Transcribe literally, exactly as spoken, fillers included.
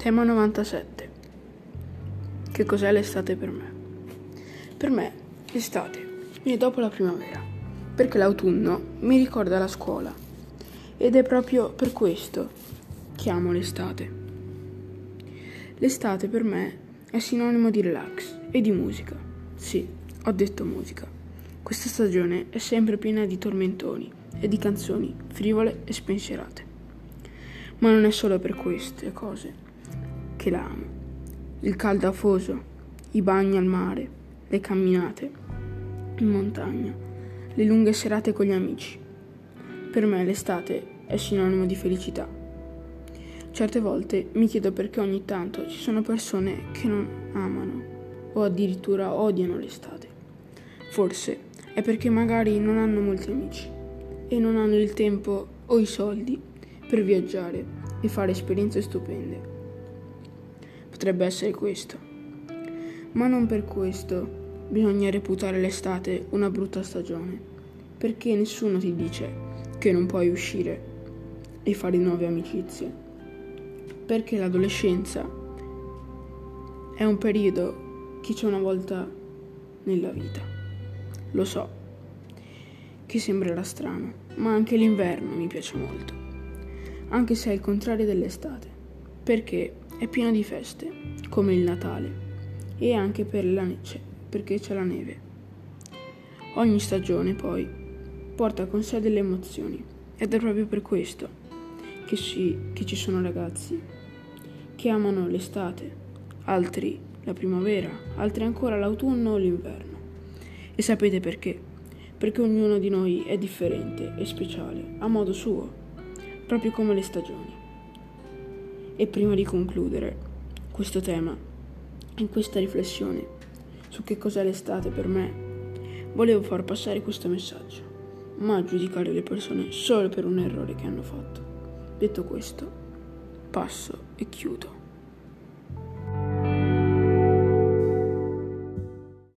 Tema novantasette. Che cos'è l'estate per me? Per me l'estate viene dopo la primavera, perché l'autunno mi ricorda la scuola ed è proprio per questo che amo l'estate. L'estate per me è sinonimo di relax e di musica. Sì, ho detto musica. Questa stagione è sempre piena di tormentoni e di canzoni frivole e spensierate. Ma non è solo per queste cose che la amo. Il caldo afoso, i bagni al mare, le camminate in montagna, le lunghe serate con gli amici. Per me l'estate è sinonimo di felicità. Certe volte mi chiedo perché ogni tanto ci sono persone che non amano o addirittura odiano l'estate. Forse è perché magari non hanno molti amici e non hanno il tempo o i soldi per viaggiare e fare esperienze stupende. Potrebbe essere questo, ma non per questo bisogna reputare l'estate una brutta stagione, perché nessuno ti dice che non puoi uscire e fare nuove amicizie, perché l'adolescenza è un periodo che c'è una volta nella vita. Lo so che sembrerà strano, ma anche l'inverno mi piace molto, anche se è il contrario dell'estate, perché è pieno di feste, come il Natale, e anche per la neve, perché c'è la neve. Ogni stagione, poi, porta con sé delle emozioni, ed è proprio per questo che, sì, che ci sono ragazzi che amano l'estate, altri la primavera, altri ancora l'autunno o l'inverno. E sapete perché? Perché ognuno di noi è differente e speciale, a modo suo, proprio come le stagioni. E prima di concludere questo tema e questa riflessione su che cos'è l'estate per me, volevo far passare questo messaggio, ma giudicare le persone solo per un errore che hanno fatto. Detto questo, passo e chiudo.